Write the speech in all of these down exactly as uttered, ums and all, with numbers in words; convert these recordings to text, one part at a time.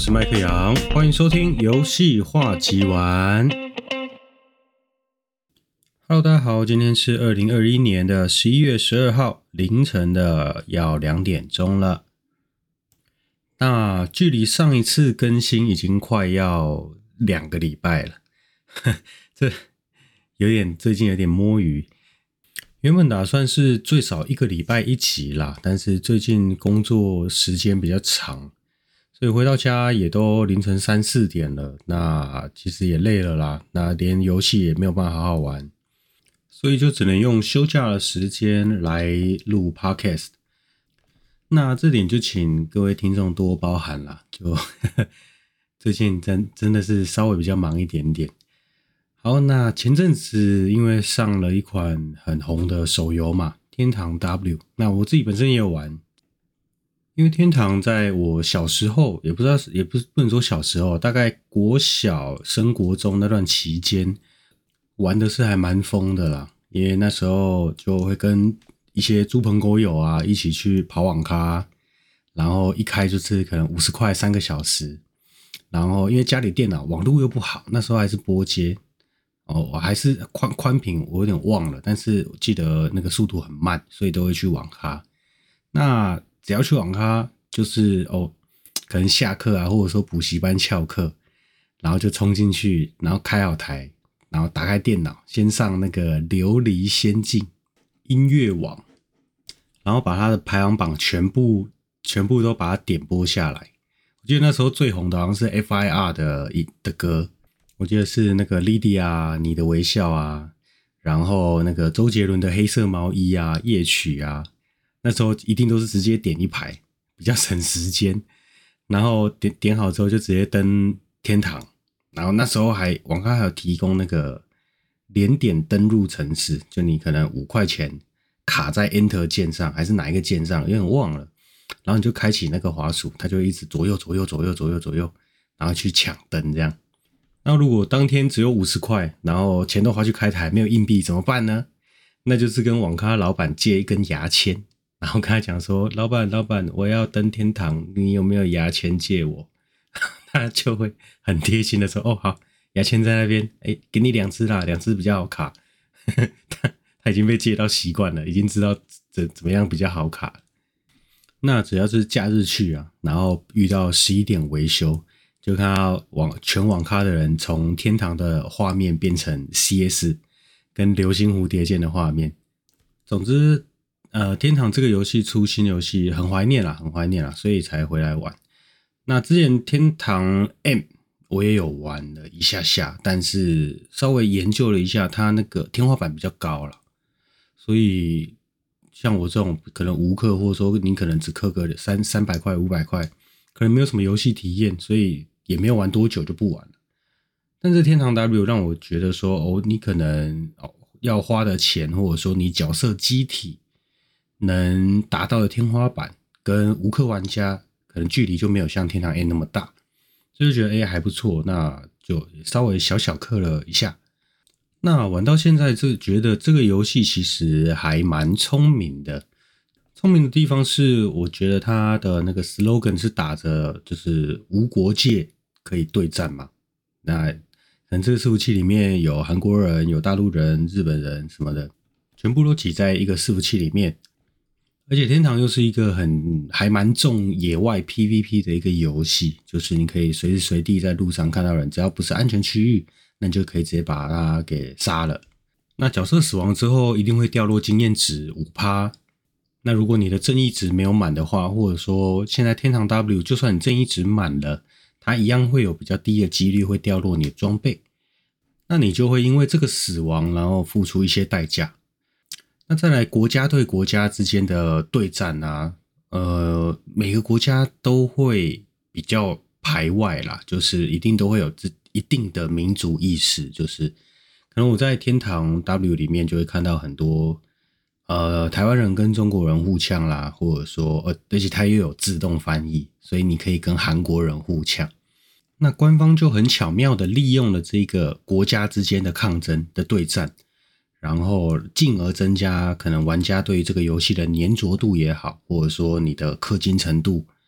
是麦克杨，欢迎收听游戏话集玩。Hello， 大家好，今天是二零二一年的十一月十二号凌晨的要两点钟了。那距离上一次更新已经快要两个礼拜了，这有点最近有点摸鱼。原本打算是最少一个礼拜一集啦，但是最近工作时间比较长，所以回到家也都凌晨三四点了，那其实也累了啦，那连游戏也没有办法好好玩，所以就只能用休假的时间来录 podcast。 那这点就请各位听众多包涵啦，就最近真真的是稍微比较忙一点点。好，那前阵子因为上了一款很红的手游嘛，天堂 W， 那我自己本身也有玩。因为天堂在我小时候，也不知道，也不是不能说小时候，大概国小升国中那段期间，玩的是还蛮疯的啦。因为那时候就会跟一些猪朋狗友啊一起去跑网咖，然后一开就是可能五十块三个小时，然后因为家里电脑网络又不好，那时候还是拨接。哦，我还是宽宽屏，我有点忘了，但是我记得那个速度很慢，所以都会去网咖。那只要去网咖，就是哦，可能下课啊，或者说补习班翘课，然后就冲进去，然后开好台，然后打开电脑，先上那个琉璃仙境音乐网，然后把它的排行榜全部全部都把它点播下来。我记得那时候最红的好像是 F I R 的的歌。我记得是那个 Lydia 你的微笑啊，然后那个周杰伦的黑色毛衣啊，夜曲啊，那时候一定都是直接点一排，比较省时间。然后点点好之后就直接登天堂，然后那时候还网咖还有提供那个连点登入程式，就你可能五块钱卡在 Enter 键上，还是哪一个键上，有点忘了。然后你就开启那个滑鼠，它就会一直左右左右左右左右左右，然后去抢灯这样。那如果当天只有五十块，然后钱都花去开台，没有硬币怎么办呢？那就是跟网咖老板借一根牙签，然后跟他讲说，老板老板我要登天堂，你有没有牙签借我？他就会很贴心的说，哦好，牙签在那边，诶给你两支啦，两支比较好卡。他, 他已经被借到习惯了，已经知道怎怎么样比较好卡。那只要是假日去啊，然后遇到十一点维修，就看到网全网咖的人从天堂的画面变成 C S 跟流星蝴蝶剑的画面。总之呃，天堂这个游戏出新游戏很怀念啦很怀念啦，所以才回来玩。那之前天堂 M 我也有玩了一下下，但是稍微研究了一下，它那个天花板比较高啦，所以像我这种可能无氪，或者说你可能只氪个三三百块五百块，可能没有什么游戏体验，所以也没有玩多久就不玩了。但是天堂 W 让我觉得说，哦，你可能、哦、要花的钱，或者说你角色机体能达到的天花板，跟无氪玩家可能距离就没有像天堂 A 那么大，所以就觉得 A 还不错，那就稍微小小氪了一下。那玩到现在就觉得这个游戏其实还蛮聪明的。聪明的地方是我觉得它的那个 slogan 是打着就是无国界可以对战嘛，那可能这个伺服器里面有韩国人有大陆人日本人什么的，全部都挤在一个伺服器里面。而且天堂又是一个很还蛮重野外 P V P 的一个游戏，就是你可以随时随地在路上看到人，只要不是安全区域，那你就可以直接把它给杀了。那角色死亡之后一定会掉落经验值 百分之五， 那如果你的正义值没有满的话，或者说现在天堂 W 就算你正义值满了，它一样会有比较低的几率会掉落你的装备，那你就会因为这个死亡然后付出一些代价。那再来国家对国家之间的对战啊，呃，每个国家都会比较排外啦，就是一定都会有一定的民族意识，就是可能我在天堂 W 里面就会看到很多呃台湾人跟中国人互呛啦，或者说呃而且它又有自动翻译，所以你可以跟韩国人互呛。那官方就很巧妙的利用了这个国家之间的抗争的对战，然后进而增加可能玩家对这个游戏的粘着度也好，或者说你的氪金程度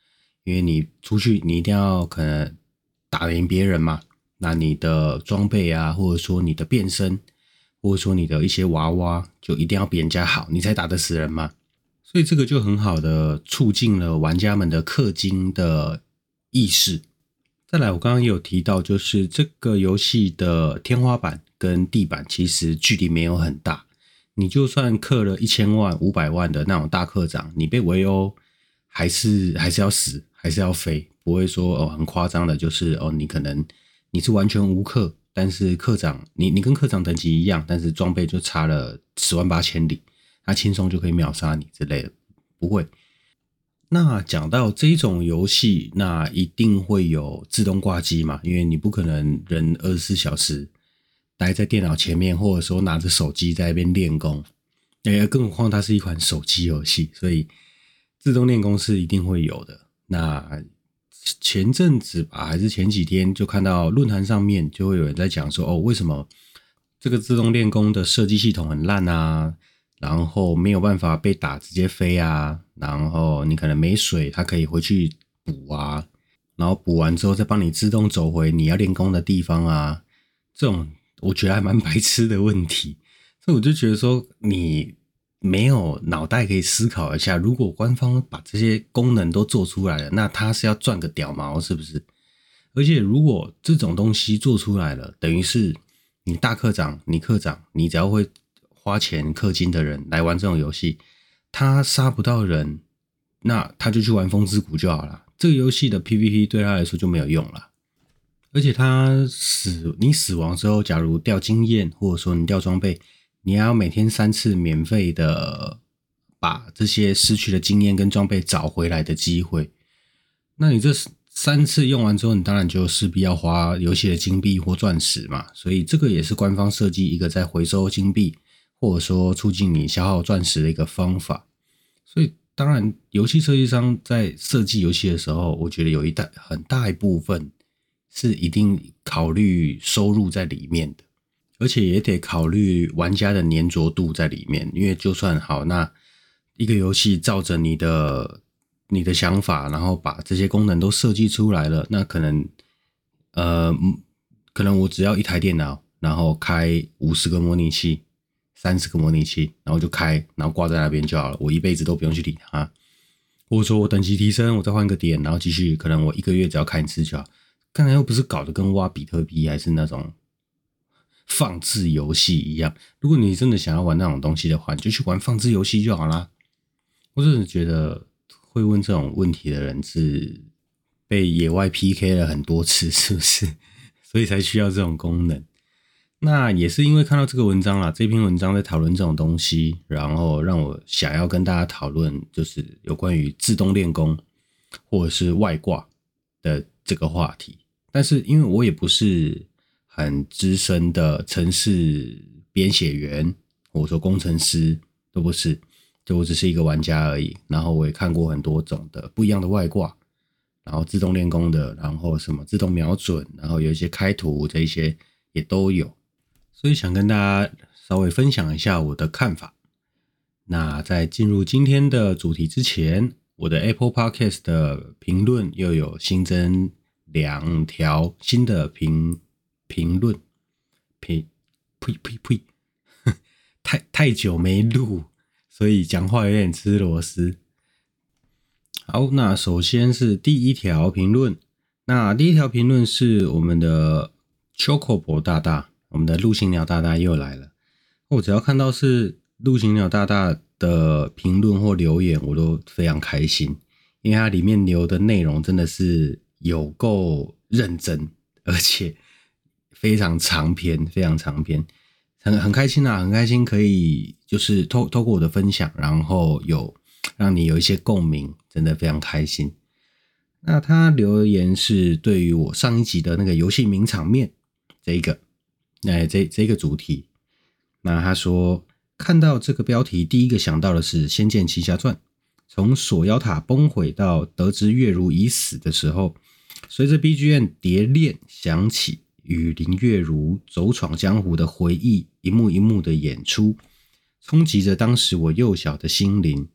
因为你出去你一定要可能打赢别人嘛，那你的装备啊，或者说你的变身，或者说你的一些娃娃，就一定要比人家好，你才打得死人嘛。所以这个就很好的促进了玩家们的氪金的意识。再来，我刚刚也有提到，就是这个游戏的天花板跟地板其实距离没有很大。你就算氪了一千万、五百万的那种大氪长，你被围殴还是还是要死，还是要飞，不会说哦很夸张的，就是哦你可能你是完全无氪，但是氪长你你跟氪长等级一样，但是装备就差了十万八千里，他轻松就可以秒杀你之类的，不会。那讲到这种游戏，那一定会有自动挂机嘛，因为你不可能人二十四小时待在电脑前面，或者说拿着手机在那边练功，欸，更何况它是一款手机游戏，所以自动练功是一定会有的。那前阵子吧，还是前几天就看到论坛上面就会有人在讲说，哦，为什么这个自动练功的设计系统很烂啊，然后没有办法被打直接飞啊，然后你可能没水，它可以回去补啊，然后补完之后再帮你自动走回你要练功的地方啊，这种我觉得还蛮白痴的问题。所以我就觉得说，你没有脑袋可以思考一下，如果官方把这些功能都做出来了，那他是要赚个屌毛是不是？而且如果这种东西做出来了，等于是你大课长你课长你只要会花钱氪金的人来玩这种游戏，他杀不到人，那他就去玩风之谷就好了，这个游戏的 P V P 对他来说就没有用了。而且他死你死亡之后，假如掉经验或者说你掉装备，你还要每天三次免费的把这些失去的经验跟装备找回来的机会，那你这三次用完之后，你当然就势必要花游戏的金币或钻石嘛，所以这个也是官方设计一个在回收金币或者说促进你消耗钻石的一个方法。所以当然游戏设计商在设计游戏的时候，我觉得有一大很大一部分是一定考虑收入在里面的，而且也得考虑玩家的粘着度在里面，因为就算好，那一个游戏照着你的你的想法，然后把这些功能都设计出来了，那可能呃，可能我只要一台电脑，然后开五十个模拟器，三十个模拟器，然后就开，然后挂在那边就好了，我一辈子都不用去理它。或者说我等级提升，我再换个点，然后继续，可能我一个月只要开一次就好。刚才又不是搞得跟挖比特币还是那种放置游戏一样，如果你真的想要玩那种东西的话，你就去玩放置游戏就好啦。我真的觉得会问这种问题的人是被野外 P K 了很多次，是不是？所以才需要这种功能。那也是因为看到这个文章啦，这篇文章在讨论这种东西，然后让我想要跟大家讨论，就是有关于自动练功或者是外挂的这个话题。但是因为我也不是很资深的程式编写员，或者说工程师，都不是，就我只是一个玩家而已。然后我也看过很多种的不一样的外挂，然后自动练功的，然后什么自动瞄准，然后有一些开图，这一些也都有。所以想跟大家稍微分享一下我的看法。那在进入今天的主题之前，我的 Apple Podcast 的评论又有新增两条新的评评论，呸呸呸呸，太太久没录，所以讲话有点吃螺丝。好，那首先是第一条评论，那第一条评论是我们的 Chocobo 大大，我们的陆行鸟大大又来了。我只要看到是陆行鸟大大的评论或留言，我都非常开心，因为它里面留的内容真的是有够认真，而且非常长篇，非常长篇，很很开心啊，很开心可以就是透透过我的分享，然后有让你有一些共鸣，真的非常开心。那他留言是对于我上一集的那个游戏名场面这一个，那这这个主题，那他说看到这个标题，第一个想到的是《仙剑奇侠传》，从锁妖塔崩毁到得知月如已死的时候，随着 B G M 蝶恋响起，与林月如走闯江湖的回忆一幕一幕的演出，冲击着当时我幼小的心灵。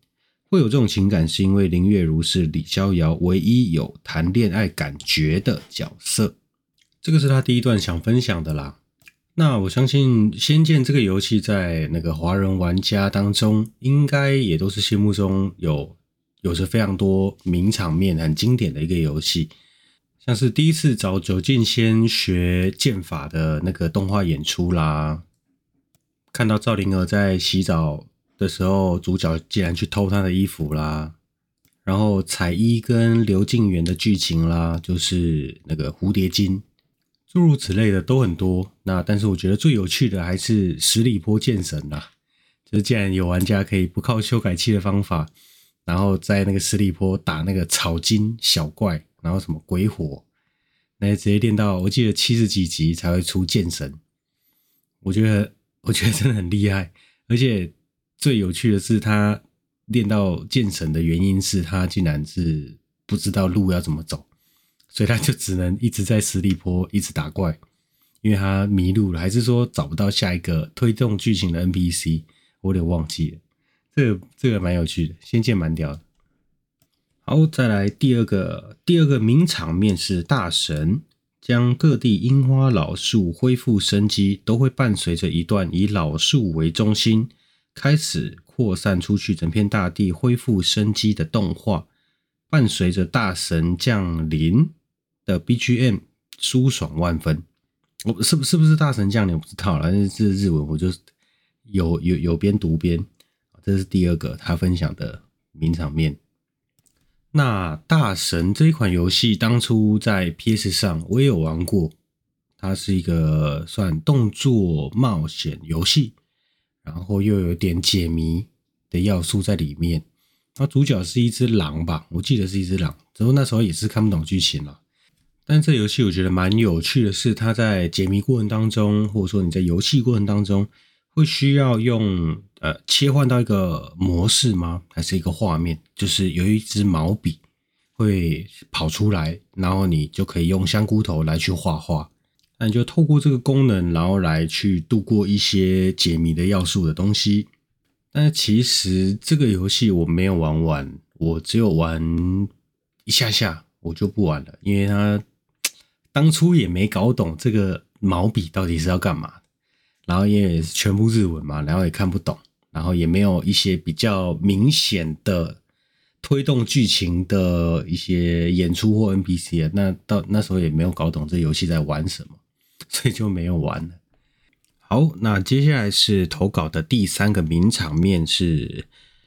会有这种情感是因为林月如是李逍遥唯一有谈恋爱感觉的角色。这个是他第一段想分享的啦。那我相信《仙剑》这个游戏在那个华人玩家当中，应该也都是心目中有有着非常多名场面、很经典的一个游戏。像是第一次找九剑仙学剑法的那个动画演出啦，看到赵灵儿在洗澡的时候，主角竟然去偷她的衣服啦，然后彩衣跟刘敬元的剧情啦，就是那个蝴蝶金。诸如此类的都很多，那但是我觉得最有趣的还是十里坡剑神啦，就是既然有玩家可以不靠修改器的方法，然后在那个十里坡打那个草金小怪，然后什么鬼火，那直接练到我记得七十几级才会出剑神，我觉得我觉得真的很厉害，而且最有趣的是他练到剑神的原因是他竟然是不知道路要怎么走。所以他就只能一直在十里坡一直打怪，因为他迷路了，还是说找不到下一个推动剧情的 N P C， 我有点忘记了。这个这个蛮有趣的，仙剑蛮屌的。好，再来第二个第二个名场面是大神将各地樱花老树恢复生机，都会伴随着一段以老树为中心开始扩散出去，整片大地恢复生机的动画，伴随着大神降临的 B G M 舒爽万分。我是不是不是大神降临我不知道啦，但是这是日文我就有有有边读边。这是第二个他分享的名场面。那大神这一款游戏当初在 P S 上我也有玩过，它是一个算动作冒险游戏，然后又有点解谜的要素在里面。那主角是一只狼吧，我记得是一只狼，之后那时候也是看不懂剧情了。但这游戏我觉得蛮有趣的是，它在解谜过程当中，或者说你在游戏过程当中，会需要用呃切换到一个模式吗？还是一个画面？就是有一支毛笔会跑出来，然后你就可以用香菇头来去画画。那你就透过这个功能，然后来去度过一些解谜的要素的东西。但其实这个游戏我没有玩完，我只有玩一下下我就不玩了，因为它当初也没搞懂这个毛笔到底是要干嘛的，然后也是全部日文嘛，然后也看不懂，然后也没有一些比较明显的推动剧情的一些演出或 N P C 啊，那到那时候也没有搞懂这游戏在玩什么，所以就没有玩了。好，那接下来是投稿的第三个名场面是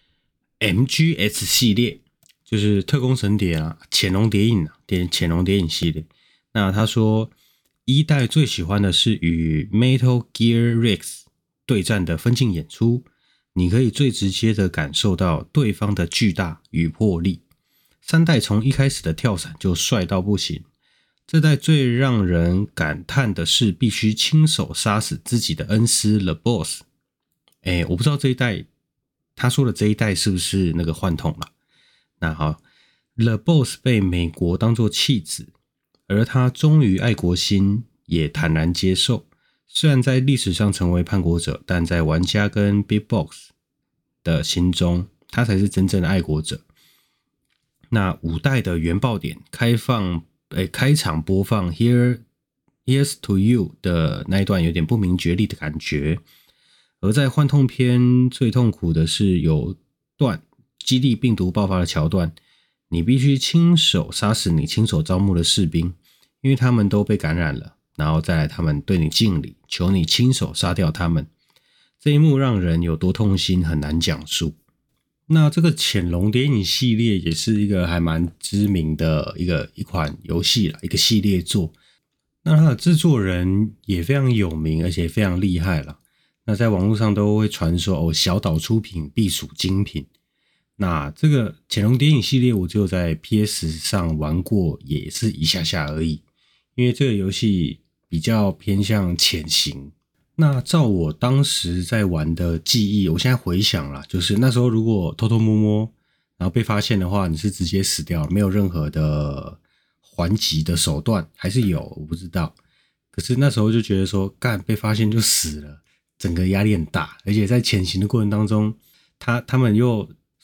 M G S 系列，就是特工神谍啊，潜龙谍影啊，潜龙谍影系列。那他说一代最喜欢的是与 Metal Gear Rex 对战的分镜演出，你可以最直接的感受到对方的巨大与魄力。三代从一开始的跳伞就帅到不行，这代最让人感叹的是必须亲手杀死自己的恩师 The Boss。 诶，我不知道这一代他说的这一代是不是那个幻痛啦。那好， The Boss 被美国当作弃子，而他忠于爱国心也坦然接受，虽然在历史上成为叛国者，但在玩家跟 Big Boss 的心中他才是真正的爱国者。那五代的原爆点开放诶，开场播放 Here Here's to You 的那一段有点不明觉厉的感觉，而在幻痛篇最痛苦的是有段激励病毒爆发的桥段，你必须亲手杀死你亲手招募的士兵，因为他们都被感染了，然后再来他们对你敬礼，求你亲手杀掉他们。这一幕让人有多痛心很难讲述。那这个潜龙谍影系列也是一个还蛮知名的一个一款游戏啦，一个系列作。那它的制作人也非常有名，而且非常厉害啦。那在网络上都会传说哦，小岛出品必属精品。那这个潜龙谍影系列我只有在 P S 上玩过，也是一下下而已，因为这个游戏比较偏向潜行。那照我当时在玩的记忆，我现在回想啦，就是那时候如果偷偷摸摸然后被发现的话，你是直接死掉，没有任何的还击的手段，还是有我不知道。可是那时候就觉得说干被发现就死了，整个压力很大，而且在潜行的过程当中他他们又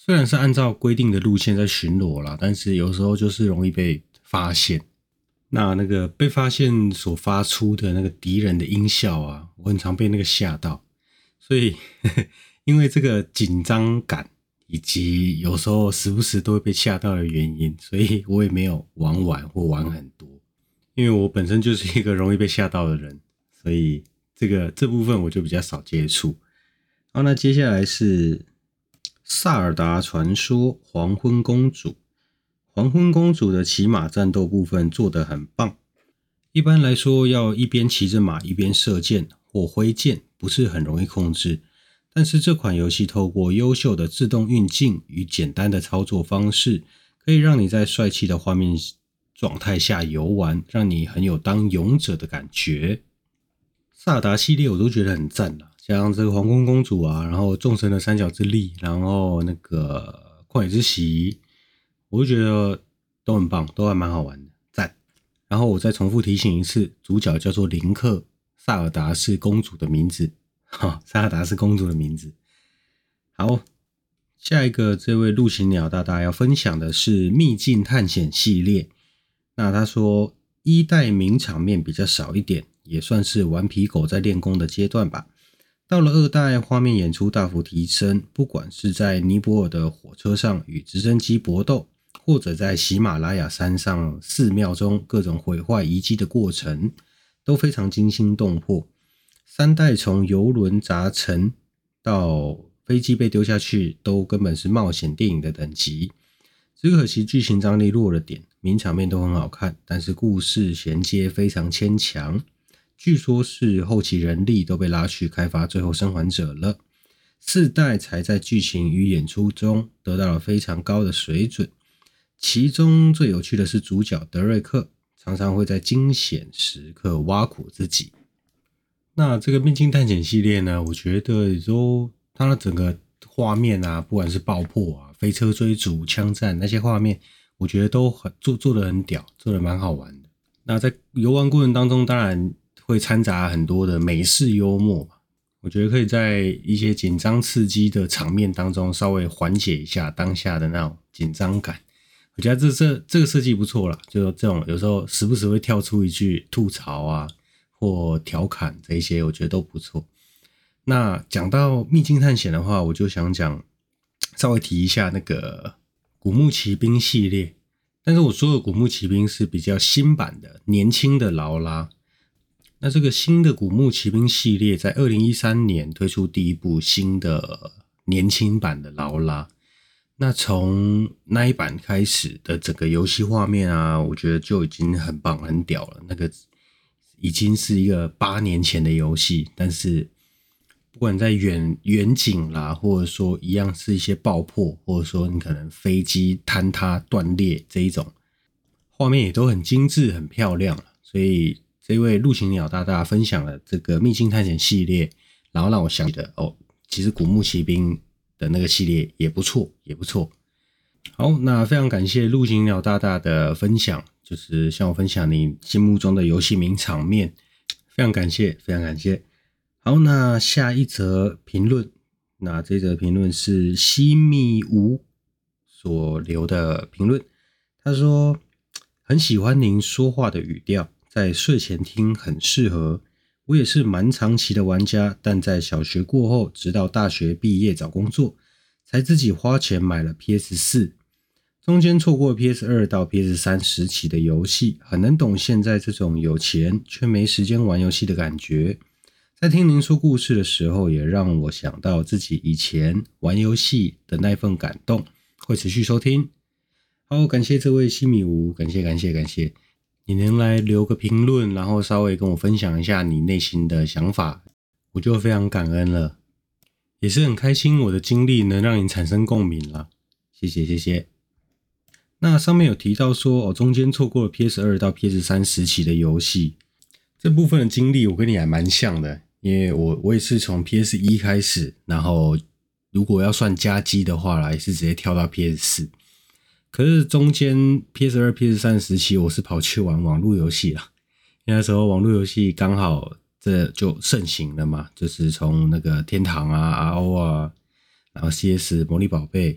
虽然是按照规定的路线在巡逻啦，但是有时候就是容易被发现。那那个被发现所发出的那个敌人的音效啊，我很常被那个吓到。所以呵呵因为这个紧张感以及有时候时不时都会被吓到的原因，所以我也没有玩完或玩很多。因为我本身就是一个容易被吓到的人，所以这个这部分我就比较少接触。好，那接下来是萨尔达传说黄昏公主。黄昏公主的骑马战斗部分做得很棒。一般来说，要一边骑着马一边射箭或挥剑不是很容易控制，但是这款游戏透过优秀的自动运镜与简单的操作方式，可以让你在帅气的画面状态下游玩，让你很有当勇者的感觉。萨尔达系列我都觉得很赞啦，像这个黄昏公主啊，然后众神的三角之力，然后那个旷野之息，我就觉得都很棒，都还蛮好玩的，赞。然后我再重复提醒一次，主角叫做林克，萨尔达是公主的名字，哈，萨尔达是公主的名字。好，下一个这位陆行鸟大大要分享的是秘境探险系列。那他说一代名场面比较少一点，也算是顽皮狗在练功的阶段吧。到了二代，画面演出大幅提升，不管是在尼泊尔的火车上与直升机搏斗，或者在喜马拉雅山上寺庙中各种毁坏遗迹的过程，都非常惊心动魄。三代从游轮砸沉到飞机被丢下去，都根本是冒险电影的等级。只可惜剧情张力弱了点，名场面都很好看，但是故事衔接非常牵强。据说是后期人力都被拉去开发最后生还者了。四代才在剧情与演出中得到了非常高的水准，其中最有趣的是主角德瑞克常常会在惊险时刻挖苦自己。那这个秘境探险系列呢，我觉得都它的整个画面啊，不管是爆破啊、飞车追逐、枪战那些画面，我觉得都很做做得很屌，做得蛮好玩的。那在游玩过程当中，当然会掺杂很多的美式幽默，我觉得可以在一些紧张刺激的场面当中稍微缓解一下当下的那种紧张感。我觉得这这这个设计不错啦，就这种有时候时不时会跳出一句吐槽啊或调侃，这一些我觉得都不错。那讲到秘境探险的话，我就想讲稍微提一下那个古墓奇兵系列，但是我说的古墓奇兵是比较新版的年轻的劳拉。那这个新的古墓奇兵系列在二零一三年推出第一部新的年轻版的劳拉。那从那一版开始的整个游戏画面啊，我觉得就已经很棒很屌了。那个已经是一个八年前的游戏，但是不管在远远景啦，或者说一样是一些爆破，或者说你可能飞机坍塌断裂这一种画面也都很精致很漂亮。所以这位陆行鸟大大分享了这个秘境探险系列，然后让我想起的哦，其实古墓奇兵的那个系列也不错也不错。好，那非常感谢陆行鸟大大的分享，就是向我分享你心目中的游戏名场面，非常感谢非常感谢。好，那下一则评论，那这则评论是西密吴所留的评论，他说很喜欢您说话的语调，在睡前听很适合。我也是蛮长期的玩家，但在小学过后，直到大学毕业找工作，才自己花钱买了 P S 四， 中间错过 P S 二 到 P S 三 时期的游戏，很能懂现在这种有钱却没时间玩游戏的感觉。在听您说故事的时候，也让我想到自己以前玩游戏的那份感动，会持续收听。好，感谢这位西米吴，感谢感谢感谢，你能来留个评论，然后稍微跟我分享一下你内心的想法，我就非常感恩了，也是很开心我的经历能让你产生共鸣啦，谢谢谢谢。那上面有提到说，哦，中间错过了 P S 二 到 P S 三 时期的游戏，这部分的经历我跟你还蛮像的，因为我我也是从 P S 一 开始，然后如果要算加机的话啦，也是直接跳到 P S 四。可是中间 P S 二 P S 三 时期我是跑去玩网络游戏啦，因为那时候网络游戏刚好这就盛行了嘛，就是从那个天堂啊 R O 啊，然后 C S 魔力宝贝，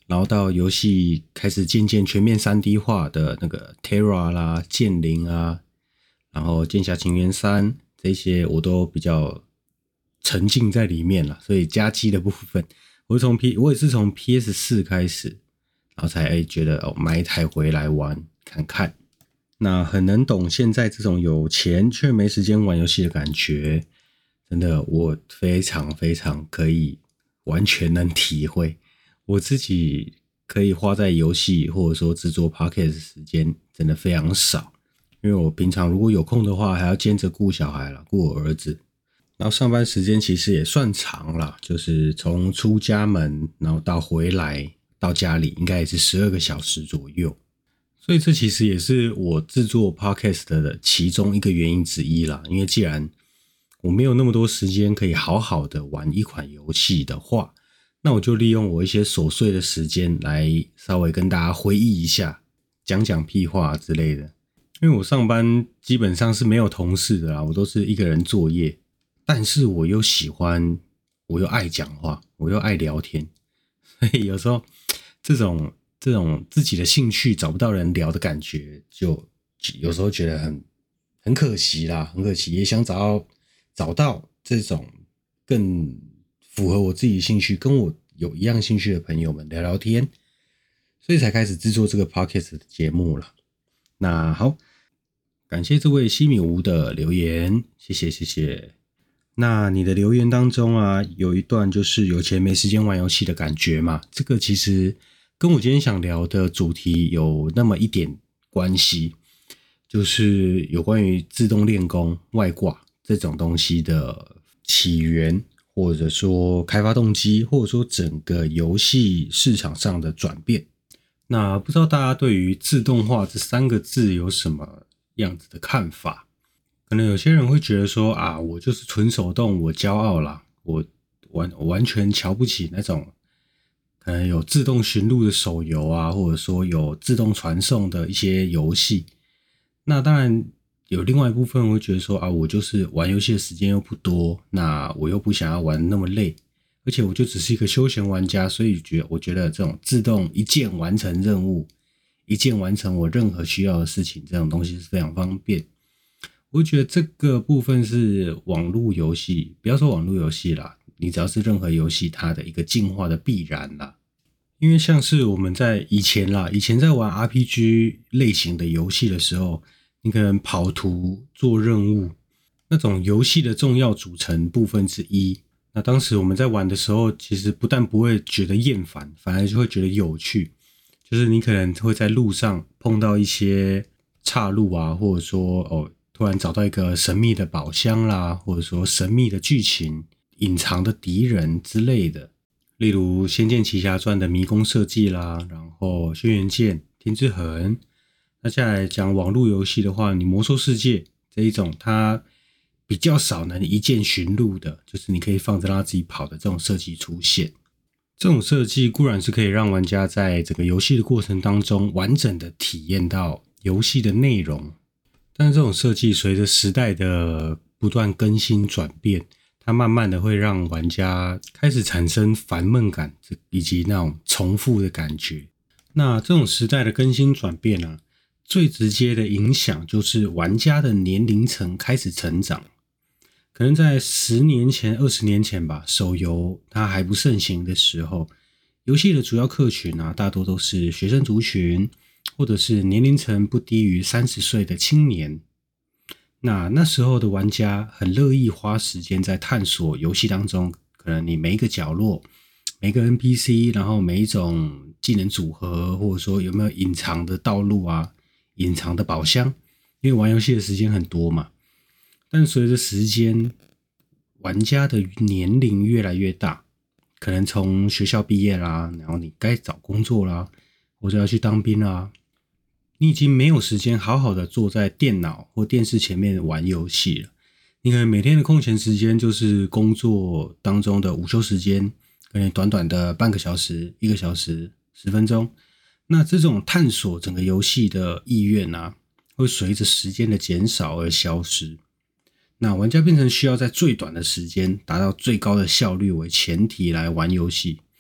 然后到游戏开始渐渐全面 三 D 化的那个 Terra 啦、剑灵啊，然后剑侠情缘三这些我都比较沉浸在里面了，所以加机的部分，我是从 P 我也是从 P S 四 开始，然后才哎觉得哦买一台回来玩看看。那很能懂现在这种有钱却没时间玩游戏的感觉，真的我非常非常可以完全能体会。我自己可以花在游戏或者说制作 podcast 的时间真的非常少，因为我平常如果有空的话还要兼着顾小孩啦，顾我儿子，然后上班时间其实也算长啦，就是从出家门然后到回来到家里应该也是十二个小时左右，所以这其实也是我制作 podcast 的其中一个原因之一啦。因为既然我没有那么多时间可以好好的玩一款游戏的话，那我就利用我一些琐碎的时间来稍微跟大家回忆一下，讲讲屁话之类的。因为我上班基本上是没有同事的啦，我都是一个人作业，但是我又喜欢，我又爱讲话，我又爱聊天，所以有时候这种这种自己的兴趣找不到人聊的感觉，就有时候觉得很很可惜啦，很可惜，也想找到找到这种更符合我自己兴趣，跟我有一样兴趣的朋友们聊聊天，所以才开始制作这个 podcast 的节目了。那好，感谢这位西米吴的留言，谢谢谢谢。那你的留言当中啊，有一段就是有钱没时间玩游戏的感觉嘛，这个其实跟我今天想聊的主题有那么一点关系，就是有关于自动练功外挂这种东西的起源，或者说开发动机，或者说整个游戏市场上的转变。那不知道大家对于自动化这三个字有什么样子的看法？可能有些人会觉得说啊，我就是纯手动，我骄傲啦，我完我完全瞧不起那种可能有自动寻路的手游啊，或者说有自动传送的一些游戏。那当然有另外一部分会觉得说啊，我就是玩游戏的时间又不多，那我又不想要玩那么累，而且我就只是一个休闲玩家，所以觉我觉得这种自动一键完成任务，一键完成我任何需要的事情，这种东西是非常方便。我觉得这个部分是网络游戏，不要说网络游戏啦，你只要是任何游戏它的一个进化的必然啦。因为像是我们在以前啦，以前在玩 R P G 类型的游戏的时候，你可能跑图做任务，那种游戏的重要组成部分之一。那当时我们在玩的时候，其实不但不会觉得厌烦，反而就会觉得有趣。就是你可能会在路上碰到一些岔路啊，或者说哦，突然找到一个神秘的宝箱啦，或者说神秘的剧情、隐藏的敌人之类的。例如《仙剑奇侠传》的迷宫设计啦，然后《轩辕剑》、《天之痕》。那下来讲网络游戏的话，你《魔兽世界》这一种，它比较少能一键寻路的，就是你可以放着让它自己跑的这种设计出现。这种设计固然是可以让玩家在整个游戏的过程当中完整的体验到游戏的内容，但是这种设计随着时代的不断更新转变，它慢慢的会让玩家开始产生烦闷感以及那种重复的感觉。那这种时代的更新转变啊，最直接的影响就是玩家的年龄层开始成长。可能在十年前、二十年前吧，手游它还不盛行的时候，游戏的主要客群啊，大多都是学生族群，或者是年龄层不低于三十岁的青年。那那时候的玩家很乐意花时间在探索游戏当中，可能你每一个角落、每个 N P C， 然后每一种技能组合，或者说有没有隐藏的道路啊、隐藏的宝箱，因为玩游戏的时间很多嘛。但随着时间，玩家的年龄越来越大，可能从学校毕业啦，然后你该找工作啦，或者要去当兵啦，你已经没有时间好好的坐在电脑或电视前面玩游戏了。你可能每天的空闲时间就是工作当中的午休时间，可能短短的半个小时、一个小时、十分钟。那这种探索整个游戏的意愿啊，会随着时间的减少而消失。那玩家变成需要在最短的时间达到最高的效率为前提来玩游戏，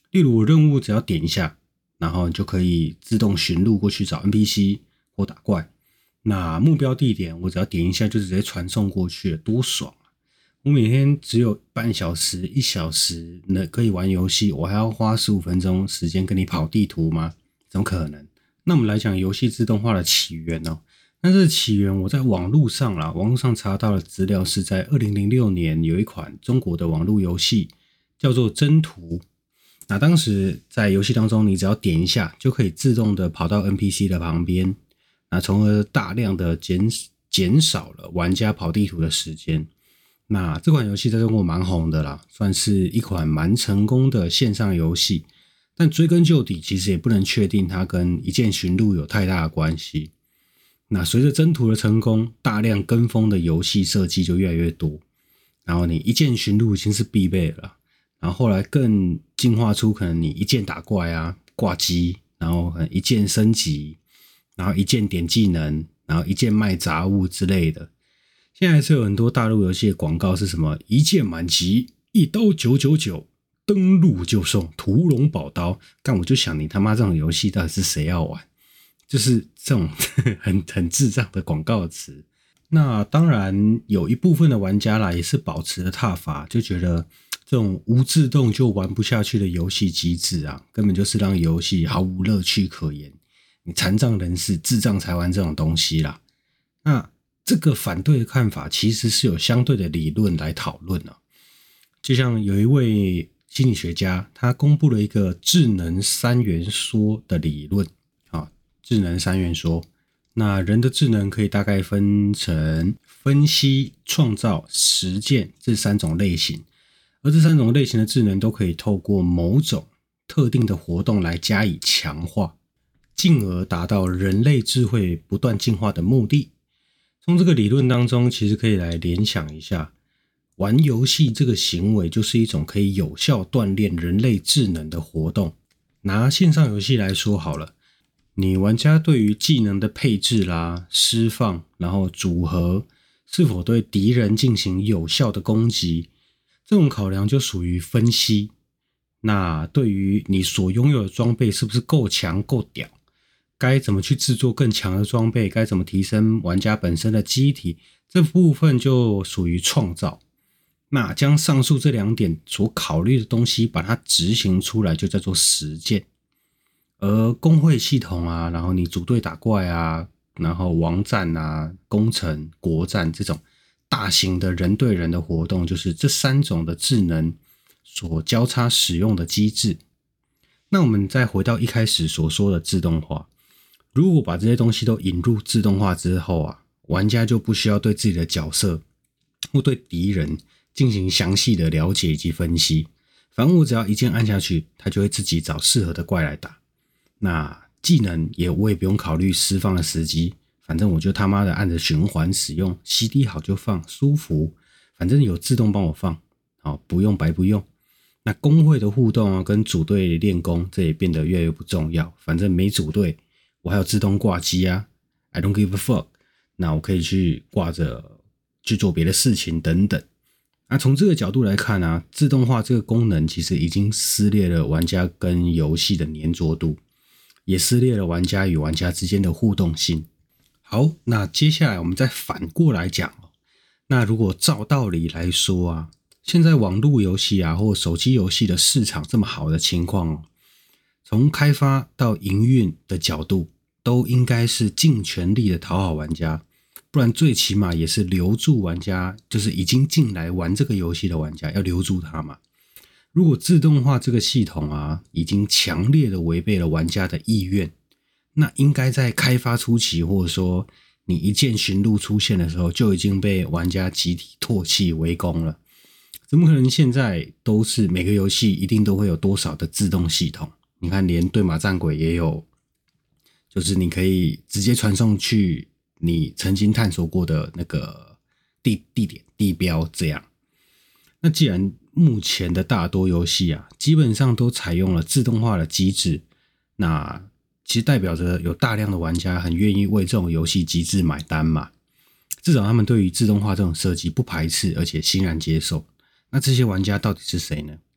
例如我任务只要点一下，然后你就可以自动寻路过去找 N P C 或打怪。那目标地点我只要点一下就直接传送过去了，多爽啊！我每天只有半小时、一小时能可以玩游戏，我还要花十五分钟时间跟你跑地图吗？怎么可能？那我们来讲游戏自动化的起源哦。那这个起源我在网络上啦，网络上查到的资料是在二零零六年有一款中国的网络游戏叫做征途。那当时在游戏当中，你只要点一下就可以自动的跑到 N P C 的旁边，那从而大量的减减少了玩家跑地图的时间。那这款游戏在中国蛮红的啦，算是一款蛮成功的线上游戏。但追根究底，其实也不能确定它跟一键寻路有太大的关系。那随着征途的成功，大量跟风的游戏设计就越来越多。然后你一键寻路已经是必备了，然后后来更进化出可能你一键打怪啊、挂机，然后可能一键升级，然后一键点技能，然后一键卖杂物之类的。现在还是有很多大陆游戏的广告是什么一键满级，一刀九九九，登录就送屠龙宝刀。但我就想你他妈这种游戏到底是谁要玩？就是这种很很智障的广告词。那当然有一部分的玩家啦也是保持了踏法，就觉得这种无自动就玩不下去的游戏机制啊，根本就是让游戏毫无乐趣可言。你残障人士、智障才玩这种东西啦。那这个反对的看法其实是有相对的理论来讨论啊。就像有一位心理学家，他公布了一个智能三元说的理论啊，智能三元说。那人的智能可以大概分成分析、创造、实践这三种类型，而这三种类型的智能都可以透过某种特定的活动来加以强化，进而达到人类智慧不断进化的目的。从这个理论当中，其实可以来联想一下，玩游戏这个行为就是一种可以有效锻炼人类智能的活动。拿线上游戏来说好了，你玩家对于技能的配置啦、释放，然后组合，是否对敌人进行有效的攻击，这种考量就属于分析。那对于你所拥有的装备是不是够强够屌，该怎么去制作更强的装备，该怎么提升玩家本身的机体，这部分就属于创造。那将上述这两点所考虑的东西把它执行出来，就叫做实践。而工会系统啊，然后你组队打怪啊，然后王战啊、攻城、国战这种大型的人对人的活动，就是这三种的智能所交叉使用的机制。那我们再回到一开始所说的自动化，如果把这些东西都引入自动化之后啊，玩家就不需要对自己的角色或对敌人进行详细的了解以及分析，反正我只要一键按下去，他就会自己找适合的怪来打。那技能也我也不用考虑释放的时机，反正我就他妈的按着循环使用，C D 好就放，舒服，反正有自动帮我放，好，不用白不用。那工会的互动啊，跟组队练功，这也变得越来越不重要，反正没组队，我还有自动挂机啊 I don't give a fuck， 那我可以去挂着去做别的事情等等。那从这个角度来看啊，自动化这个功能其实已经撕裂了玩家跟游戏的粘着度，也撕裂了玩家与玩家之间的互动性。好，那接下来我们再反过来讲，那如果照道理来说啊，现在网络游戏啊或手机游戏的市场这么好的情况，从开发到营运的角度都应该是尽全力的讨好玩家，不然最起码也是留住玩家，就是已经进来玩这个游戏的玩家，要留住他嘛。如果自动化这个系统啊，已经强烈的违背了玩家的意愿，那应该在开发初期，或者说你一键寻路出现的时候，就已经被玩家集体唾弃围攻了。怎么可能现在都是每个游戏一定都会有多少的自动系统？你看连对马战鬼也有，就是你可以直接传送去你曾经探索过的那个 地, 地点地标这样。那既然目前的大多游戏啊，基本上都采用了自动化的机制，那其实代表着有大量的玩家很愿意为这种游戏机制买单嘛，至少他们对于自动化这种设计不排斥，而且欣然接受。那这些玩家到底是谁呢？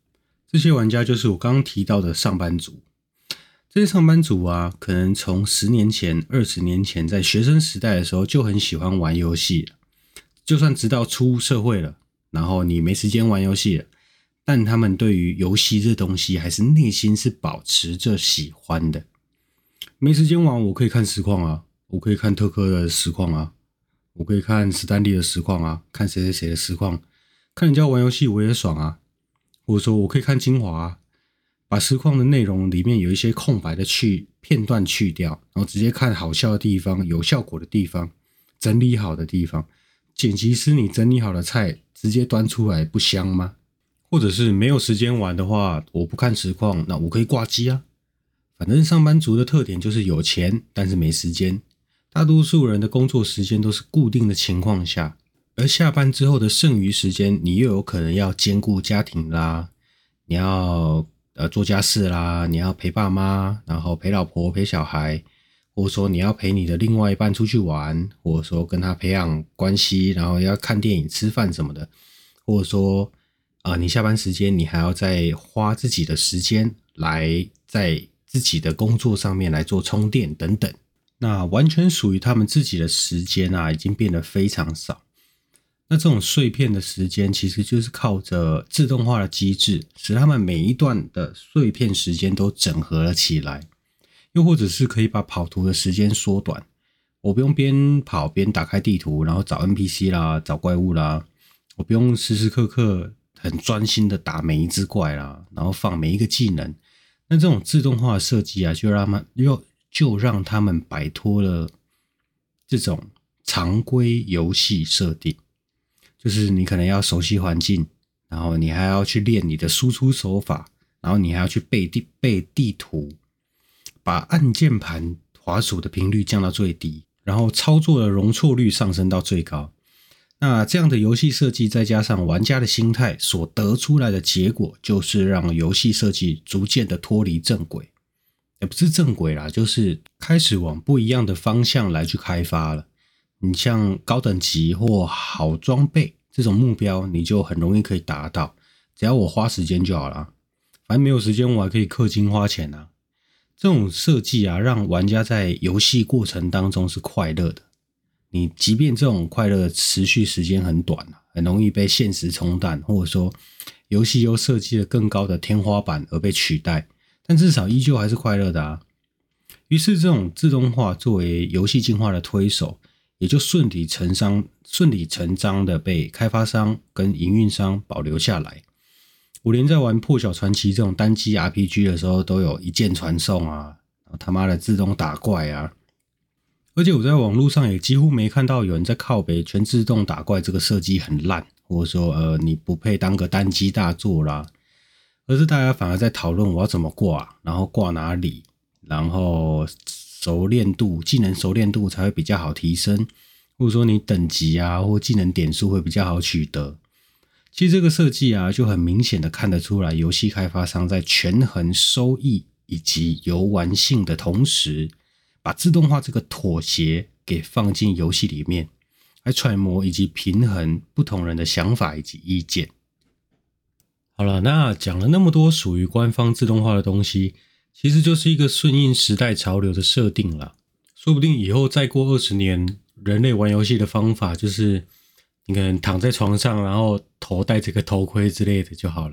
这些玩家就是我刚刚提到的上班族。这些上班族啊，可能从十年前、二十年前在学生时代的时候就很喜欢玩游戏了，就算直到出社会了，然后你没时间玩游戏了，但他们对于游戏这东西还是内心是保持着喜欢的。没时间玩，我可以看实况啊，我可以看特科的实况啊，我可以看史丹利的实况啊，看谁谁谁的实况，看人家玩游戏我也爽啊。或者说我可以看精华啊，把实况的内容里面有一些空白的去片段去掉，然后直接看好笑的地方、有效果的地方、整理好的地方。剪辑师你整理好的菜直接端出来不香吗？或者是没有时间玩的话，我不看实况，那我可以挂机啊。反正上班族的特点就是有钱，但是没时间。大多数人的工作时间都是固定的情况下，而下班之后的剩余时间，你又有可能要兼顾家庭啦，你要呃做家事啦，你要陪爸妈，然后陪老婆陪小孩，或者说你要陪你的另外一半出去玩，或者说跟他培养关系，然后要看电影吃饭什么的，或者说呃你下班时间你还要再花自己的时间来在自己的工作上面来做充电等等。那完全属于他们自己的时间啊，已经变得非常少。那这种碎片的时间其实就是靠着自动化的机制，使他们每一段的碎片时间都整合了起来。又或者是可以把跑图的时间缩短，我不用边跑边打开地图，然后找 N P C 啦，找怪物啦，我不用时时刻刻很专心的打每一只怪啦，然后放每一个技能。那这种自动化的设计啊，就让他们又就让他们摆脱了这种常规游戏设定，就是你可能要熟悉环境，然后你还要去练你的输出手法，然后你还要去背地背地图，把按键盘滑鼠的频率降到最低，然后操作的容错率上升到最高。那这样的游戏设计再加上玩家的心态所得出来的结果，就是让游戏设计逐渐的脱离正轨，也不是正轨啦，就是开始往不一样的方向来去开发了。你像高等级或好装备这种目标，你就很容易可以达到，只要我花时间就好了。反正没有时间我还可以氪金花钱啊。这种设计啊，让玩家在游戏过程当中是快乐的。你即便这种快乐持续时间很短，很容易被现实冲淡，或者说游戏又设计了更高的天花板而被取代，但至少依旧还是快乐的啊。于是这种自动化作为游戏进化的推手，也就顺理成章顺理成章的被开发商跟营运商保留下来。我连在玩破晓传奇这种单机 R P G 的时候都有一键传送啊，他妈的自动打怪啊，而且我在网络上也几乎没看到有人在靠北全自动打怪这个设计很烂，或者说呃你不配当个单机大作啦，而是大家反而在讨论我要怎么挂，然后挂哪里，然后熟练度技能熟练度才会比较好提升，或者说你等级啊或技能点数会比较好取得。其实这个设计啊，就很明显的看得出来，游戏开发商在权衡收益以及游玩性的同时，把自动化这个妥协给放进游戏里面，来揣摩以及平衡不同人的想法以及意见。好了，那讲了那么多属于官方自动化的东西，其实就是一个顺应时代潮流的设定啦。说不定以后再过二十年，人类玩游戏的方法就是你可能躺在床上，然后头戴着个头盔之类的就好了。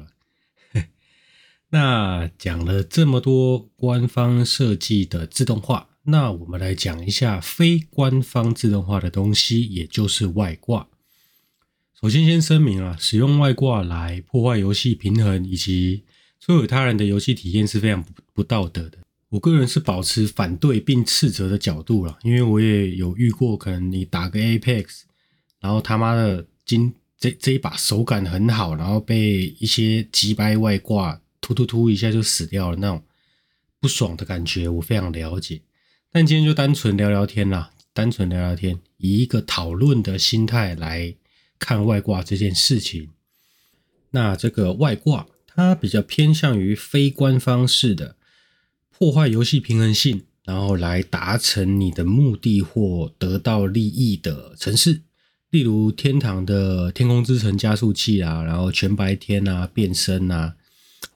那讲了这么多官方设计的自动化，那我们来讲一下非官方自动化的东西，也就是外挂。首先先声明啊，使用外挂来破坏游戏平衡以及摧毁他人的游戏体验是非常 不, 不道德的。我个人是保持反对并斥责的角度啦，因为我也有遇过，可能你打个 Apex， 然后他妈的今这这一把手感很好，然后被一些击败外挂突突突一下就死掉了，那种不爽的感觉我非常了解。但今天就单纯聊聊天啦，单纯聊聊天，以一个讨论的心态来看外挂这件事情。那这个外挂它比较偏向于非官方式的破坏游戏平衡性，然后来达成你的目的或得到利益的程式，例如天堂的天空之城加速器啊，然后全白天啊，变身啊，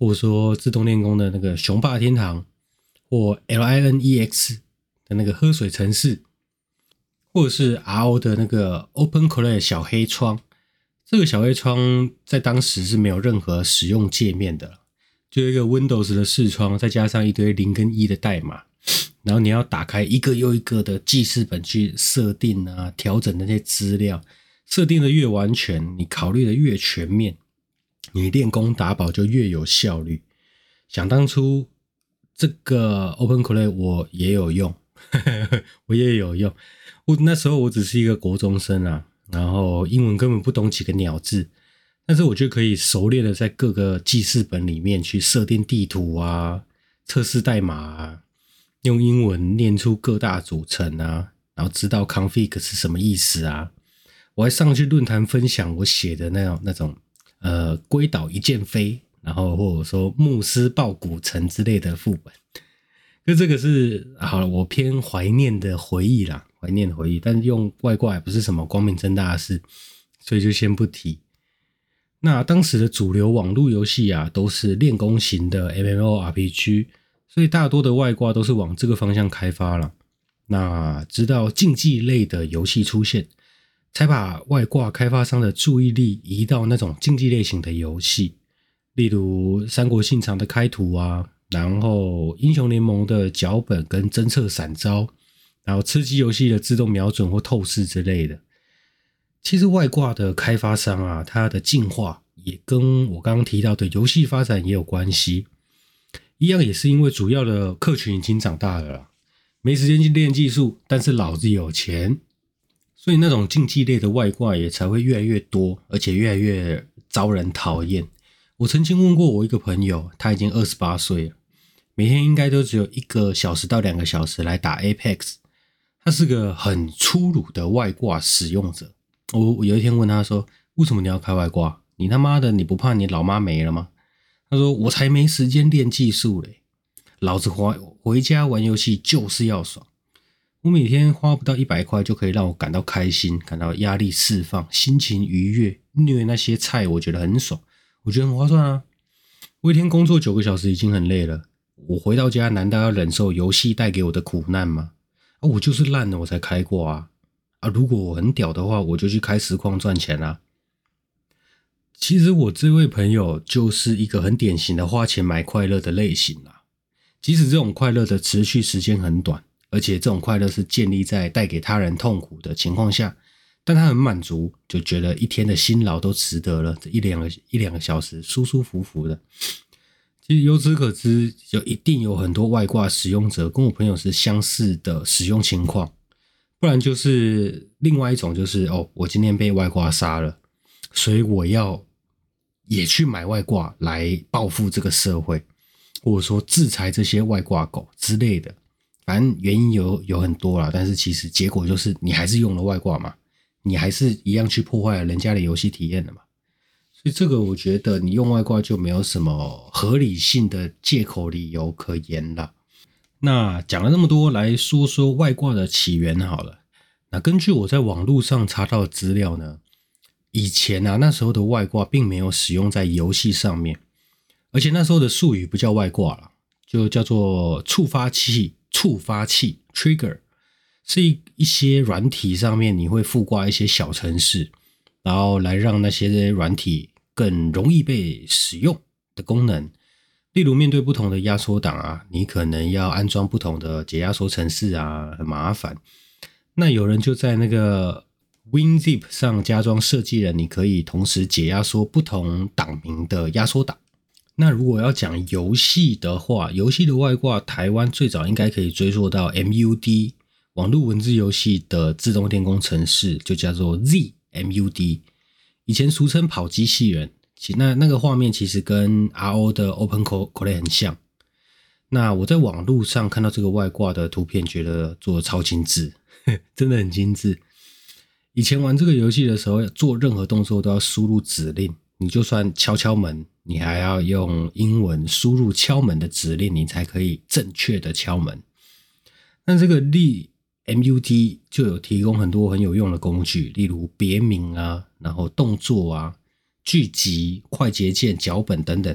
或者说自动练功的那个雄霸天堂，或 L I N E X 的那个喝水城市，或者是 R O 的那个 OpenClaw 小黑窗。这个小黑窗在当时是没有任何使用界面的，就一个 Windows 的视窗，再加上一堆零跟一的代码，然后你要打开一个又一个的记事本去设定啊，调整那些资料，设定的越完全，你考虑的越全面，你练功打宝就越有效率。想当初这个 OpenClaw 我也有用我也有用，我那时候我只是一个国中生啊，然后英文根本不懂几个鸟字，但是我就可以熟练的在各个记事本里面去设定地图啊，测试代码啊，用英文念出各大组成啊，然后知道 config 是什么意思啊。我还上去论坛分享我写的那种那种呃龟岛一剑飞，然后或者说牧师抱古城之类的副本。就这个是好了，我偏怀念的回忆啦，怀念的回忆，但是用外挂也不是什么光明正大的事，所以就先不提。那当时的主流网络游戏啊，都是练功型的 M M O R P G， 所以大多的外挂都是往这个方向开发了。那直到竞技类的游戏出现，才把外挂开发商的注意力移到那种竞技类型的游戏，例如三国信长的开图啊，然后英雄联盟的脚本跟侦测闪招，然后吃鸡游戏的自动瞄准或透视之类的。其实外挂的开发商啊，它的进化也跟我刚刚提到的游戏发展也有关系，一样也是因为主要的客群已经长大了啦，没时间去练技术，但是老子有钱，所以那种竞技类的外挂也才会越来越多，而且越来越招人讨厌。我曾经问过我一个朋友，他已经二十八岁了，每天应该都只有一个小时到两个小时来打 Apex， 他是个很粗鲁的外挂使用者。我, 我有一天问他说，为什么你要开外挂？你他妈的你不怕你老妈没了吗？他说我才没时间练技术嘞，老子回家玩游戏就是要爽，我每天花不到一百块就可以让我感到开心，感到压力释放，心情愉悦，虐那些菜我觉得很爽，我觉得很划算啊。我一天工作九个小时已经很累了，我回到家难道要忍受游戏带给我的苦难吗？啊，我就是烂了我才开挂啊。啊，如果我很屌的话，我就去开实况赚钱啊。其实我这位朋友就是一个很典型的花钱买快乐的类型啦。即使这种快乐的持续时间很短，而且这种快乐是建立在带给他人痛苦的情况下，但他很满足，就觉得一天的辛劳都值得了，这一两个一两个小时舒舒服服的。其实由此可知，就一定有很多外挂使用者跟我朋友是相似的使用情况。不然就是另外一种，就是哦，我今天被外挂杀了，所以我要也去买外挂来报复这个社会，或者说制裁这些外挂狗之类的。反正原因有有很多啦，但是其实结果就是你还是用了外挂嘛，你还是一样去破坏了人家的游戏体验了嘛。所以这个我觉得你用外挂就没有什么合理性的借口理由可言啦。那讲了那么多，来说说外挂的起源好了。那根据我在网络上查到的资料呢，以前啊那时候的外挂并没有使用在游戏上面，而且那时候的术语不叫外挂啦，就叫做触发器，触发器 trigger， 是一一些软体上面你会附挂一些小程式，然后来让那些软体更容易被使用的功能。例如面对不同的压缩档啊，你可能要安装不同的解压缩程式啊，很麻烦。那有人就在那个 WinZip 上加装设计了，你可以同时解压缩不同档名的压缩档。那如果要讲游戏的话，游戏的外挂台湾最早应该可以追溯到 M U D 网络文字游戏的自动电工程式，就叫做 Z M U D， 以前俗称跑机器人。那那个画面其实跟 R O 的 OpenClaw 很像。那我在网络上看到这个外挂的图片，觉得做得超精致，真的很精致。以前玩这个游戏的时候，做任何动作都要输入指令，你就算敲敲门，你还要用英文输入敲门的指令，你才可以正确的敲门。那这个例 M U D 就有提供很多很有用的工具，例如别名啊，然后动作啊，剧集、快捷键、脚本等等，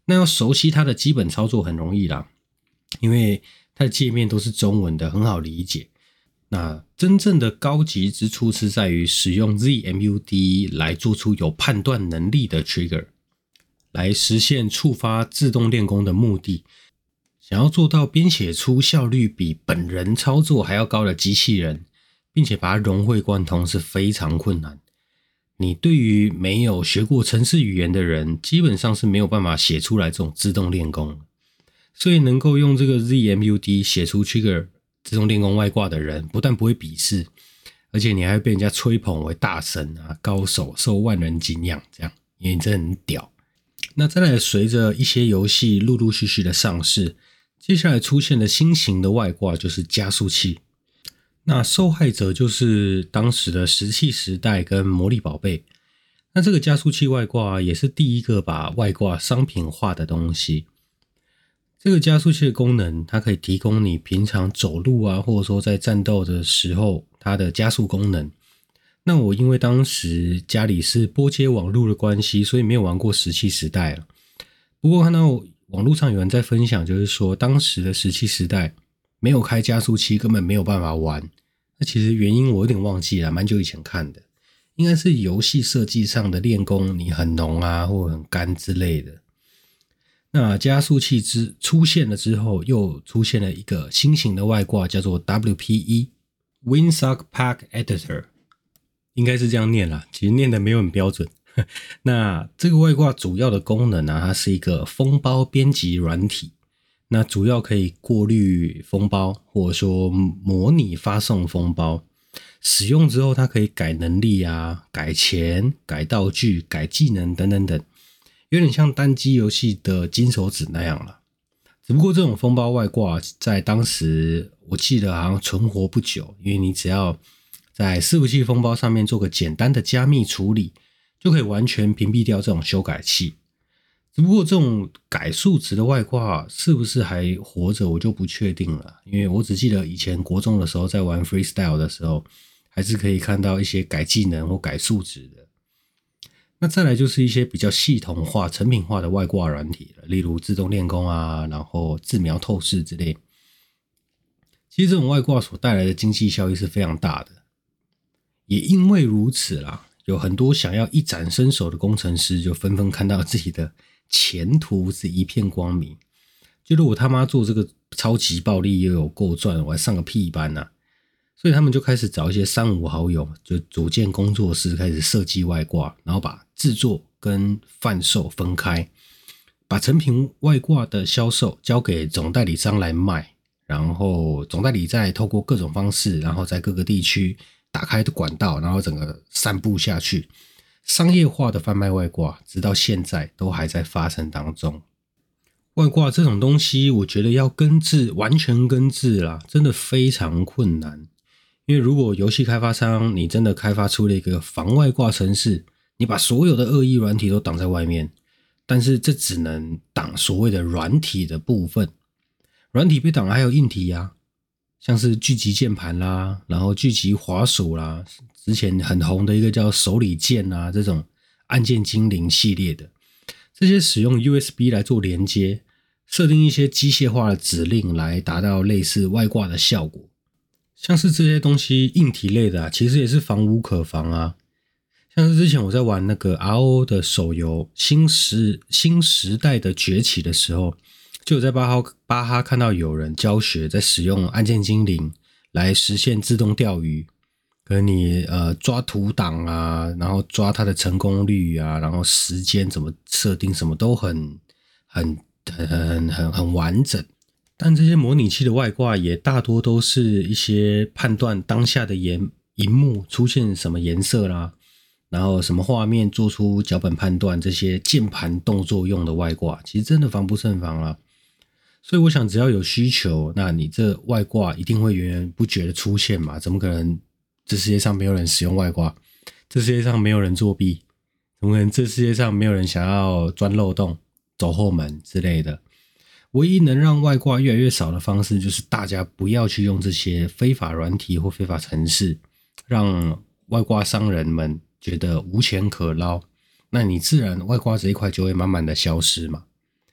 那要熟悉它的基本操作很容易啦，因为它的界面都是中文的，很好理解。那真正的高级之处是在于使用 Z M U D 来做出有判断能力的 trigger， 来实现触发自动练功的目的。想要做到编写出效率比本人操作还要高的机器人，并且把它融会贯通是非常困难。你对于没有学过程式语言的人，基本上是没有办法写出来这种自动练功。所以能够用这个 Z M U D 写出 trigger 自动练功外挂的人，不但不会鄙视，而且你还会被人家吹捧为大神啊、高手，受万人敬仰，这样，因为你真的很屌。那再来，随着一些游戏陆陆续续的上市，接下来出现的新型的外挂就是加速器。那受害者就是当时的石器时代跟魔力宝贝。那这个加速器外挂也是第一个把外挂商品化的东西。这个加速器的功能，它可以提供你平常走路啊，或者说在战斗的时候它的加速功能。那我因为当时家里是拨接网络的关系，所以没有玩过石器时代了。不过看到网络上有人在分享，就是说当时的石器时代没有开加速器根本没有办法玩。那其实原因我有点忘记了，蛮久以前看的，应该是游戏设计上的练功你很浓啊或很干之类的。那加速器之出现了之后，又出现了一个新型的外挂，叫做 W P E Windsock Pack Editor， 应该是这样念啦，其实念的没有很标准。那这个外挂主要的功能啊，它是一个封包编辑软体，那主要可以过滤封包，或者说模拟发送封包。使用之后，它可以改能力啊、改钱、改道具、改技能等等等，有点像单机游戏的金手指那样啦。只不过这种封包外挂在当时我记得好像存活不久，因为你只要在伺服器封包上面做个简单的加密处理，就可以完全屏蔽掉这种修改器。只不过这种改数值的外挂是不是还活着我就不确定了，因为我只记得以前国中的时候在玩 freestyle 的时候，还是可以看到一些改技能或改数值的。那再来就是一些比较系统化、成品化的外挂软体了，例如自动练功啊，然后自瞄透视之类。其实这种外挂所带来的经济效益是非常大的，也因为如此啦，有很多想要一展身手的工程师就纷纷看到自己的前途是一片光明，觉得我他妈做这个超级暴利又有够赚，我还上个屁班啊！所以他们就开始找一些三五好友，就组建工作室，开始设计外挂，然后把制作跟贩售分开，把成品外挂的销售交给总代理商来卖，然后总代理再透过各种方式，然后在各个地区打开的管道，然后整个散布下去。商业化的贩卖外挂直到现在都还在发生当中。外挂这种东西我觉得要根治，完全根治啦，真的非常困难。因为如果游戏开发商你真的开发出了一个防外挂程式，你把所有的恶意软体都挡在外面，但是这只能挡所谓的软体的部分，软体被挡还有硬体啊，像是聚集键盘啦，然后聚集滑鼠啦，之前很红的一个叫手里键啊，这种按键精灵系列的，这些使用 U S B 来做连接，设定一些机械化的指令来达到类似外挂的效果。像是这些东西硬体类的啊，其实也是防无可防啊。像是之前我在玩那个 R O 的手游新时新时代的崛起的时候，就有在巴哈巴哈看到有人教学在使用按键精灵来实现自动钓鱼，可能你呃抓图档啊，然后抓它的成功率啊，然后时间怎么设定什么都很很很很很完整。但这些模拟器的外挂也大多都是一些判断当下的荧幕出现什么颜色啦，然后什么画面做出脚本判断，这些键盘动作用的外挂，其实真的防不胜防啦。所以我想只要有需求，那你这外挂一定会源源不绝的出现嘛，怎么可能这世界上没有人使用外挂，这世界上没有人作弊，怎么可能这世界上没有人想要钻漏洞走后门之类的。唯一能让外挂越来越少的方式，就是大家不要去用这些非法软体或非法程式，让外挂商人们觉得无钱可捞，那你自然外挂这一块就会慢慢的消失嘛。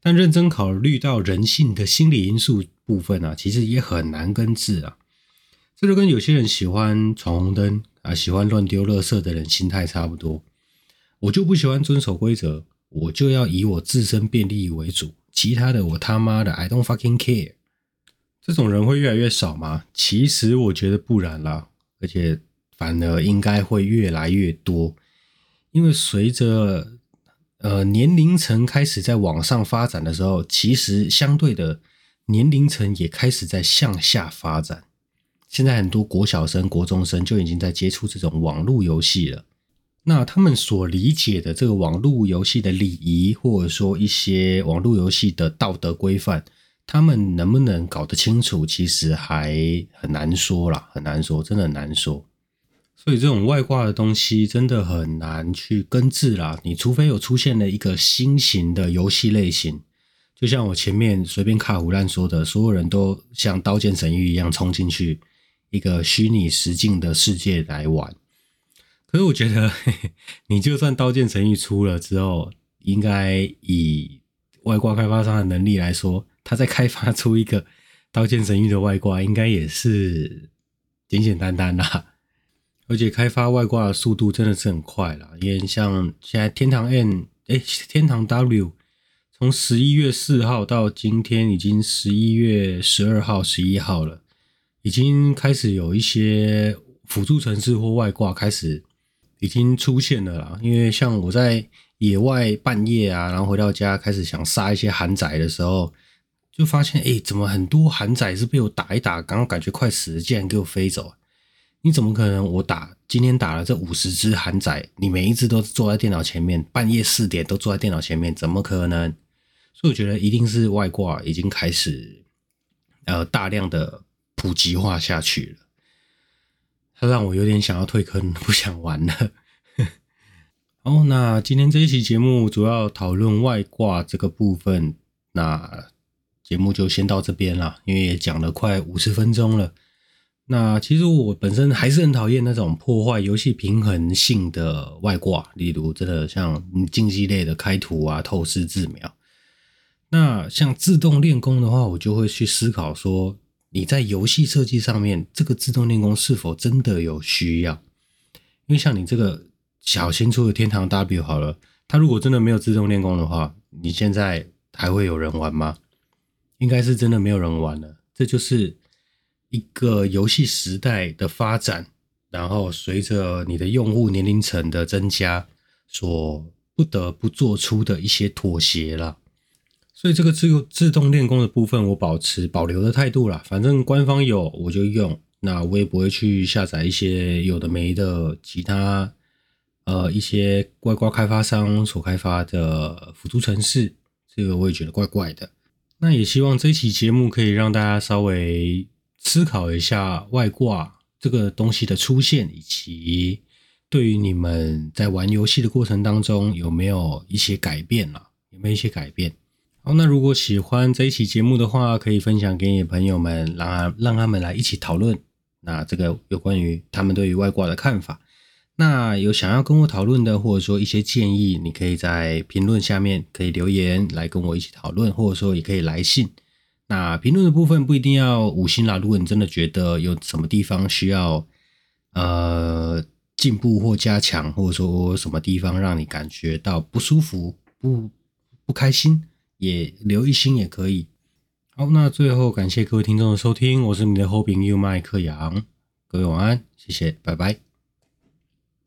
但认真考虑到人性的心理因素部分啊，其实也很难根治啊。这就跟有些人喜欢闯红灯啊，喜欢乱丢垃圾的人心态差不多。我就不喜欢遵守规则，我就要以我自身便利为主，其他的我他妈的 I don't fucking care。这种人会越来越少吗？其实我觉得不然啦，而且反而应该会越来越多，因为随着呃年龄层开始在往上发展的时候，其实相对的年龄层也开始在向下发展。现在很多国小生、国中生就已经在接触这种网络游戏了。那他们所理解的这个网络游戏的礼仪，或者说一些网络游戏的道德规范，他们能不能搞得清楚，其实还很难说啦，很难说，真的很难说。所以这种外挂的东西真的很难去根治啦，你除非有出现了一个新型的游戏类型，就像我前面随便卡胡乱说的，所有人都像刀剑神域一样冲进去一个虚拟实境的世界来玩。可是我觉得嘿嘿你就算刀剑神域出了之后，应该以外挂开发商的能力来说，他再开发出一个刀剑神域的外挂应该也是简简单单啦。而且开发外挂的速度真的是很快啦，因为像现在天堂 N 诶天堂 W 从十一月四号到今天已经十一月十二号十一号了，已经开始有一些辅助程式或外挂开始已经出现了啦。因为像我在野外半夜啊，然后回到家开始想杀一些韩仔的时候，就发现诶怎么很多韩仔是被我打一打刚刚感觉快死了，竟然给我飞走。你怎么可能我打今天打了这五十只韩仔，你每一只都坐在电脑前面，半夜四点都坐在电脑前面，怎么可能？所以我觉得一定是外挂已经开始呃大量的普及化下去了，它让我有点想要退坑，不想玩了。好，那今天这一期节目主要讨论外挂这个部分，那节目就先到这边啦，因为也讲了快五十分钟了。那其实我本身还是很讨厌那种破坏游戏平衡性的外挂，例如真的像竞技类的开图啊、透视自瞄。那像自动练功的话，我就会去思考说，你在游戏设计上面，这个自动练功是否真的有需要？因为像你这个小新出的天堂 W 好了，它如果真的没有自动练功的话，你现在还会有人玩吗？应该是真的没有人玩了。这就是一个游戏时代的发展，然后随着你的用户年龄层的增加，所不得不做出的一些妥协啦。所以这个自自动练功的部分，我保持保留的态度啦。反正官方有我就用，那我也不会去下载一些有的没的其他呃一些外挂开发商所开发的辅助程式，这个我也觉得怪怪的。那也希望这一期节目可以让大家稍微思考一下外挂这个东西的出现，以及对于你们在玩游戏的过程当中有没有一些改变啦，有没有一些改变。好，那如果喜欢这一期节目的话，可以分享给你的朋友们，让他让他们来一起讨论。那这个有关于他们对于外挂的看法。那有想要跟我讨论的，或者说一些建议，你可以在评论下面可以留言来跟我一起讨论，或者说也可以来信。那评论的部分不一定要五星啦，如果你真的觉得有什么地方需要呃进步或加强，或者说什么地方让你感觉到不舒服、不不开心，也留一星也可以。好，那最后感谢各位听众的收听，我是你的好朋友麦克杨，各位晚安，谢谢，拜拜。